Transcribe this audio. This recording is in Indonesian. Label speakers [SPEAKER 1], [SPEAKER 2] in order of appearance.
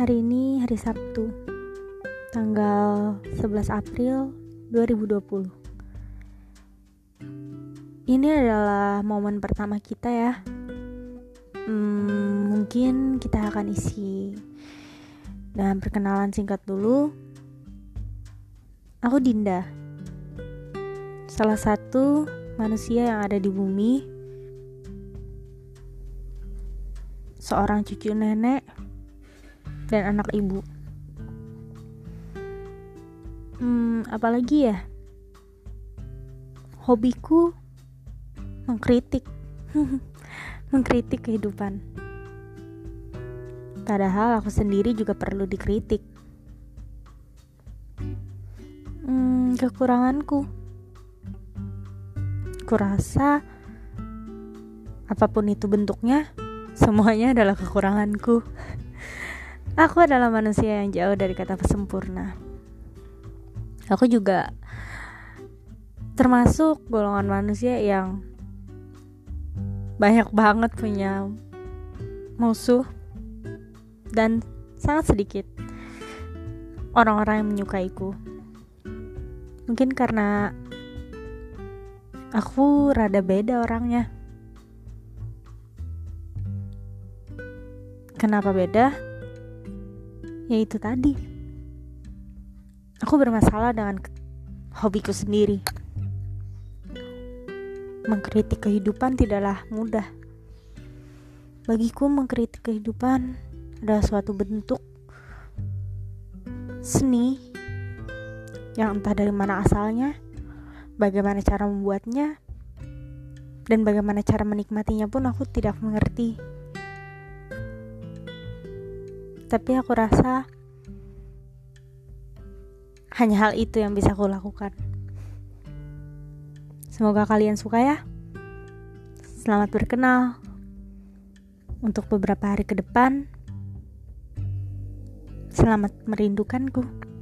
[SPEAKER 1] Hari ini hari Sabtu, tanggal 11 April 2020. Ini adalah momen pertama kita ya. Mungkin kita akan isi dan perkenalan singkat dulu. Aku Dinda, salah satu manusia yang ada di bumi, seorang cucu nenek dan anak ibu. Apalagi ya, hobiku mengkritik mengkritik kehidupan, padahal aku sendiri juga perlu dikritik. Kekuranganku, kurasa apapun itu bentuknya, semuanya adalah kekuranganku. Aku adalah manusia yang jauh dari kata sempurna. Aku juga termasuk golongan manusia yang banyak banget punya musuh dan sangat sedikit orang-orang yang menyukaiku. Mungkin karena aku rada beda orangnya. Kenapa beda? Ya itu tadi, aku bermasalah dengan hobiku sendiri. Mengkritik kehidupan tidaklah mudah. Bagiku mengkritik kehidupan adalah suatu bentuk seni yang entah dari mana asalnya, bagaimana cara membuatnya, dan bagaimana cara menikmatinya pun aku tidak mengerti. Tapi aku rasa hanya hal itu yang bisa aku lakukan. Semoga kalian suka ya. Selamat berkenal. Untuk beberapa hari ke depan, selamat merindukanku.